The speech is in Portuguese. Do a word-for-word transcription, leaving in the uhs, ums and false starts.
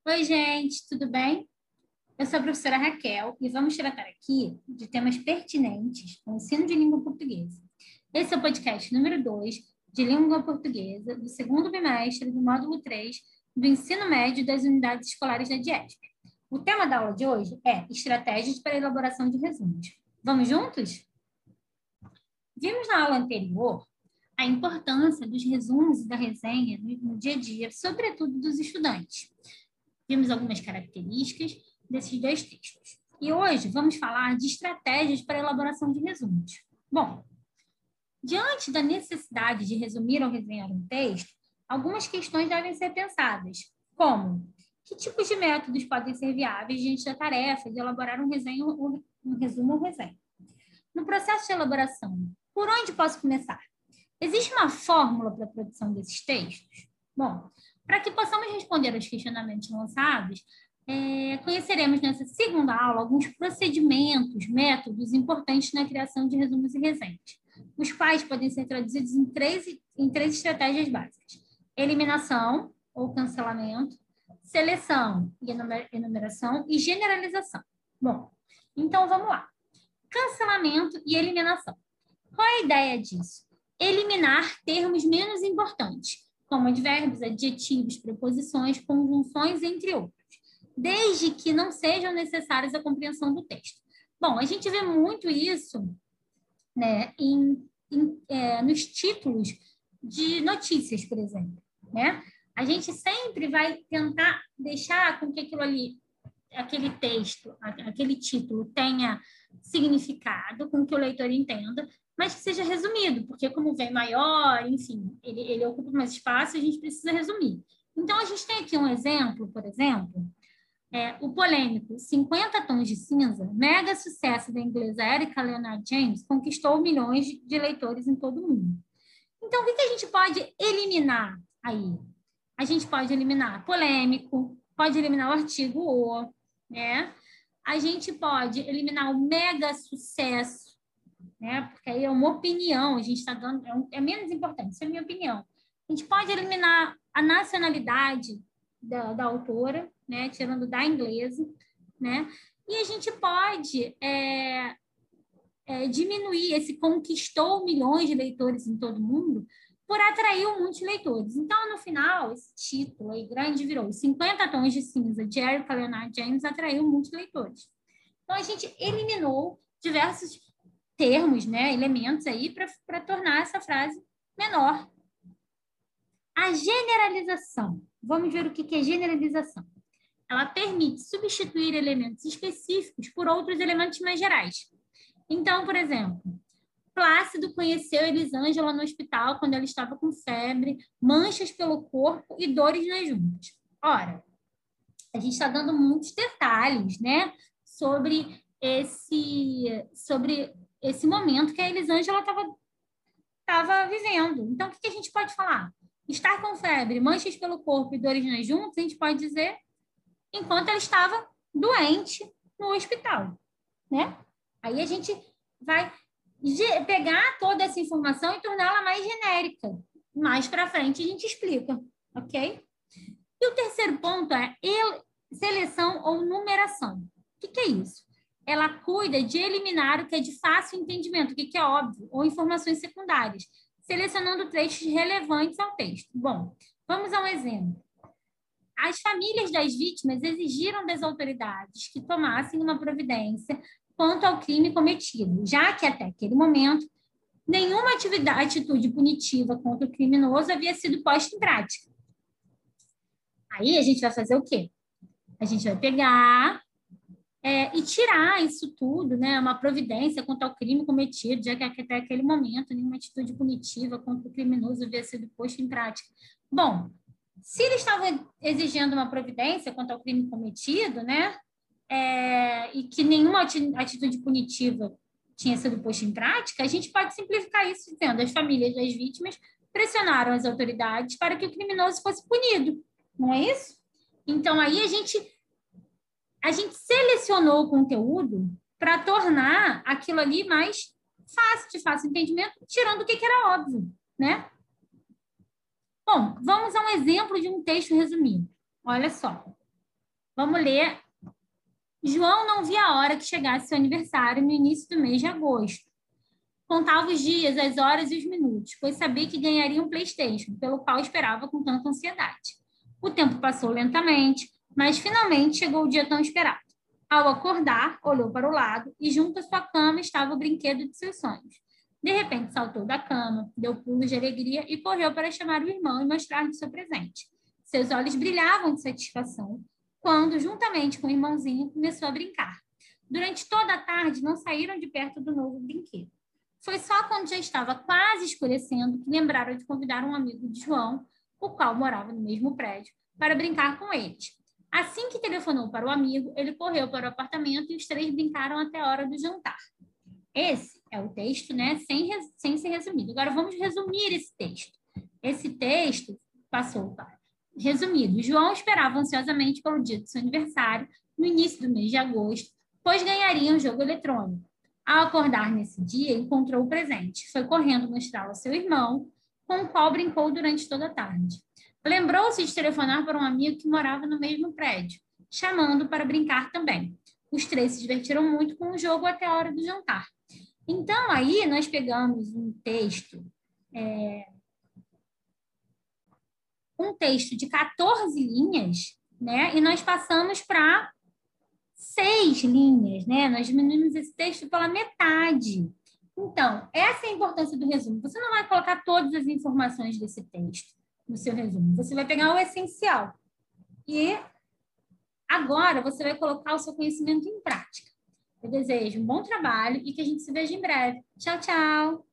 Oi, gente, tudo bem? Eu sou a professora Raquel e vamos tratar aqui de temas pertinentes ao ensino de língua portuguesa. Esse é o podcast número dois de língua portuguesa do segundo bimestre do módulo três do ensino médio das unidades escolares da DIESP. O tema da aula de hoje é estratégias para a elaboração de resumos. Vamos juntos? Vimos na aula anterior a importância dos resumos e da resenha no dia a dia, sobretudo dos estudantes. Vimos algumas características desses dois textos. E hoje vamos falar de estratégias para a elaboração de resumos. Bom, diante da necessidade de resumir ou resenhar um texto, algumas questões devem ser pensadas, como que tipos de métodos podem ser viáveis diante da tarefa de elaborar um, resenho, um resumo ou resenha. No processo de elaboração, por onde posso começar? Existe uma fórmula para a produção desses textos? Bom, para que possamos responder aos questionamentos lançados, é, conheceremos nessa segunda aula alguns procedimentos, métodos importantes na criação de resumos e resenhas, os quais podem ser traduzidos em três, em três estratégias básicas: eliminação ou cancelamento, seleção e enumeração e generalização. Bom, então vamos lá. Cancelamento e eliminação. Qual é a ideia disso? Eliminar termos menos importantes, como advérbios, adjetivos, preposições, conjunções, entre outros, desde que não sejam necessárias à compreensão do texto. Bom, a gente vê muito isso, né, em, em, é, nos títulos de notícias, por exemplo, né? A gente sempre vai tentar deixar com que aquilo ali, aquele texto, aquele título tenha significado, com que o leitor entenda, mas que seja resumido, porque como vem maior, enfim, ele, ele ocupa mais espaço e a gente precisa resumir. Então, a gente tem aqui um exemplo, por exemplo, é, o polêmico cinquenta Tons de Cinza, mega sucesso da inglesa Erika Leonard James, conquistou milhões de leitores em todo o mundo. Então, o que, que a gente pode eliminar aí? A gente pode eliminar polêmico, pode eliminar o artigo o, né? A gente pode eliminar o mega sucesso, né? Porque aí é uma opinião, a gente está dando, é, um, é menos importante, isso é a minha opinião. A gente pode eliminar a nacionalidade da, da autora, né? Tirando da inglesa, né? E a gente pode é, é, diminuir esse conquistou milhões de leitores em todo mundo por atrair muitos leitores. Então, no final, esse título aí grande virou cinquenta Tons de Cinza, de Erika Leonard James, atraiu muitos leitores. Então, a gente eliminou diversos termos, né, elementos aí para tornar essa frase menor. A generalização. Vamos ver o que é generalização. Ela permite substituir elementos específicos por outros elementos mais gerais. Então, por exemplo, Plácido conheceu Elisângela no hospital quando ela estava com febre, manchas pelo corpo e dores nas juntas. Ora, a gente está dando muitos detalhes, né, sobre esse, sobre esse momento que a Elisângela estava estava vivendo. Então, o que a gente pode falar? Estar com febre, manchas pelo corpo e dores nas juntas, a gente pode dizer enquanto ela estava doente no hospital, né? Aí a gente vai pegar toda essa informação e torná-la mais genérica. Mais para frente a gente explica, ok? E o terceiro ponto é seleção ou numeração. O que, que é isso? Ela cuida de eliminar o que é de fácil entendimento, o que, que é óbvio, ou informações secundárias, selecionando trechos relevantes ao texto. Bom, vamos a um exemplo. As famílias das vítimas exigiram das autoridades que tomassem uma providência quanto ao crime cometido, já que até aquele momento nenhuma atividade, atitude punitiva contra o criminoso havia sido posta em prática. Aí a gente vai fazer o quê? A gente vai pegar é, e tirar isso tudo, né? Uma providência quanto ao crime cometido, já que até aquele momento nenhuma atitude punitiva contra o criminoso havia sido posta em prática. Bom, se eles estavam exigindo uma providência quanto ao crime cometido, né? É, e que nenhuma atitude punitiva tinha sido posta em prática, a gente pode simplificar isso dizendo: as famílias das vítimas pressionaram as autoridades para que o criminoso fosse punido. Não é isso? Então, aí a gente, a gente selecionou o conteúdo para tornar aquilo ali mais fácil, de fácil entendimento, tirando o que, que era óbvio, né? Bom, vamos a um exemplo de um texto resumido. Olha só. Vamos ler. João não via a hora que chegasse seu aniversário no início do mês de agosto. Contava os dias, as horas e os minutos, pois sabia que ganharia um PlayStation, pelo qual esperava com tanta ansiedade. O tempo passou lentamente, mas finalmente chegou o dia tão esperado. Ao acordar, olhou para o lado e junto à sua cama estava o brinquedo de seus sonhos. De repente, saltou da cama, deu pulos de alegria e correu para chamar o irmão e mostrar-lhe seu presente. Seus olhos brilhavam de satisfação quando, juntamente com o irmãozinho, começou a brincar. Durante toda a tarde, não saíram de perto do novo brinquedo. Foi só quando já estava quase escurecendo que lembraram de convidar um amigo de João, o qual morava no mesmo prédio, para brincar com eles. Assim que telefonou para o amigo, ele correu para o apartamento e os três brincaram até a hora do jantar. Esse é o texto, né, sem, sem ser resumido. Agora vamos resumir esse texto. Esse texto passou para resumido. João esperava ansiosamente pelo dia do seu aniversário, no início do mês de agosto, pois ganharia um jogo eletrônico. Ao acordar nesse dia, encontrou o presente. Foi correndo mostrá-lo ao seu irmão, com o qual brincou durante toda a tarde. Lembrou-se de telefonar para um amigo que morava no mesmo prédio, chamando para brincar também. Os três se divertiram muito com o jogo até a hora do jantar. Então, aí nós pegamos um texto, é, um texto de quatorze linhas, né? E nós passamos para seis linhas, né? Nós diminuímos esse texto pela metade. Então, essa é a importância do resumo. Você não vai colocar todas as informações desse texto no seu resumo. Você vai pegar o essencial. E agora você vai colocar o seu conhecimento em prática. Eu desejo um bom trabalho e que a gente se veja em breve. Tchau, tchau!